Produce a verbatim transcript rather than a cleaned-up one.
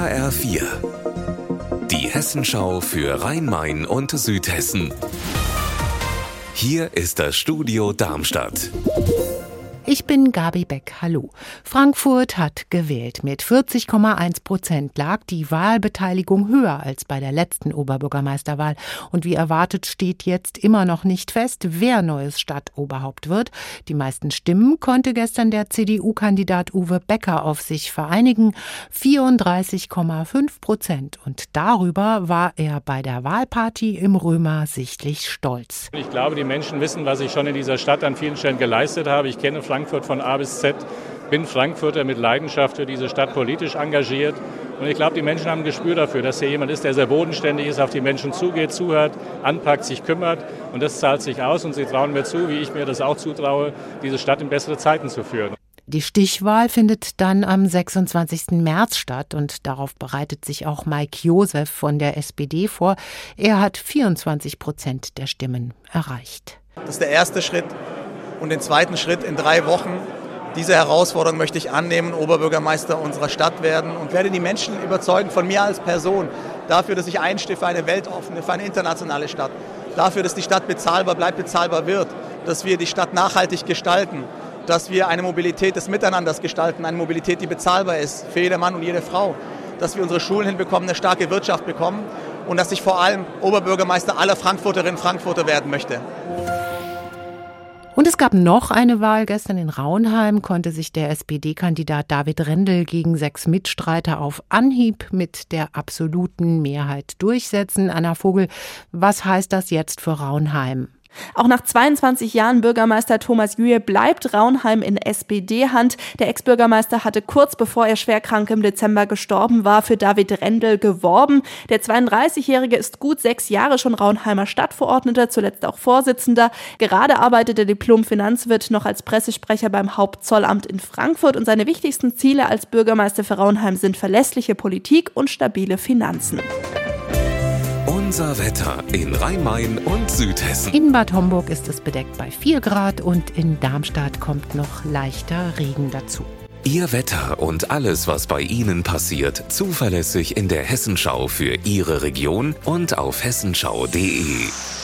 H R vier. Die Hessenschau für Rhein-Main und Südhessen. Hier ist das Studio Darmstadt. Ich bin Gabi Beck, hallo. Frankfurt hat gewählt. Mit vierzig Komma eins Prozent lag die Wahlbeteiligung höher als bei der letzten Oberbürgermeisterwahl. Und wie erwartet steht jetzt immer noch nicht fest, wer neues Stadtoberhaupt wird. Die meisten Stimmen konnte gestern der C D U-Kandidat Uwe Becker auf sich vereinigen. vierunddreißig Komma fünf Prozent. Und darüber war er bei der Wahlparty im Römer sichtlich stolz. Ich glaube, die Menschen wissen, was ich schon in dieser Stadt an vielen Stellen geleistet habe. Ich kenne Frankfurt von A bis Z, bin Frankfurter mit Leidenschaft für diese Stadt politisch engagiert. Und ich glaube, die Menschen haben ein Gespür dafür, dass hier jemand ist, der sehr bodenständig ist, auf die Menschen zugeht, zuhört, anpackt, sich kümmert. Und das zahlt sich aus. Und sie trauen mir zu, wie ich mir das auch zutraue, diese Stadt in bessere Zeiten zu führen. Die Stichwahl findet dann am sechsundzwanzigsten März statt und darauf bereitet sich auch Mike Joseph von der S P D vor. Er hat vierundzwanzig Prozent der Stimmen erreicht. Das ist der erste Schritt. Und den zweiten Schritt in drei Wochen, diese Herausforderung möchte ich annehmen, Oberbürgermeister unserer Stadt werden und werde die Menschen überzeugen von mir als Person, dafür, dass ich einstehe für eine weltoffene, für eine internationale Stadt, dafür, dass die Stadt bezahlbar bleibt, bezahlbar wird, dass wir die Stadt nachhaltig gestalten, dass wir eine Mobilität des Miteinanders gestalten, eine Mobilität, die bezahlbar ist für jeden Mann und jede Frau, dass wir unsere Schulen hinbekommen, eine starke Wirtschaft bekommen und dass ich vor allem Oberbürgermeister aller Frankfurterinnen und Frankfurter werden möchte. Und es gab noch eine Wahl. Gestern in Raunheim konnte sich der S P D-Kandidat David Rendel gegen sechs Mitstreiter auf Anhieb mit der absoluten Mehrheit durchsetzen. Anna Vogel, was heißt das jetzt für Raunheim? Auch nach zweiundzwanzig Jahren Bürgermeister Thomas Jühe bleibt Raunheim in S P D-Hand. Der Ex-Bürgermeister hatte kurz bevor er schwerkrank im Dezember gestorben war, für David Rendel geworben. Der zweiunddreißigjährige ist gut sechs Jahre schon Raunheimer Stadtverordneter, zuletzt auch Vorsitzender. Gerade arbeitet der Diplom-Finanzwirt noch als Pressesprecher beim Hauptzollamt in Frankfurt. Und seine wichtigsten Ziele als Bürgermeister für Raunheim sind verlässliche Politik und stabile Finanzen. Unser Wetter in Rhein-Main und Südhessen. In Bad Homburg ist es bedeckt bei vier Grad und in Darmstadt kommt noch leichter Regen dazu. Ihr Wetter und alles, was bei Ihnen passiert, zuverlässig in der Hessenschau für Ihre Region und auf hessenschau punkt de.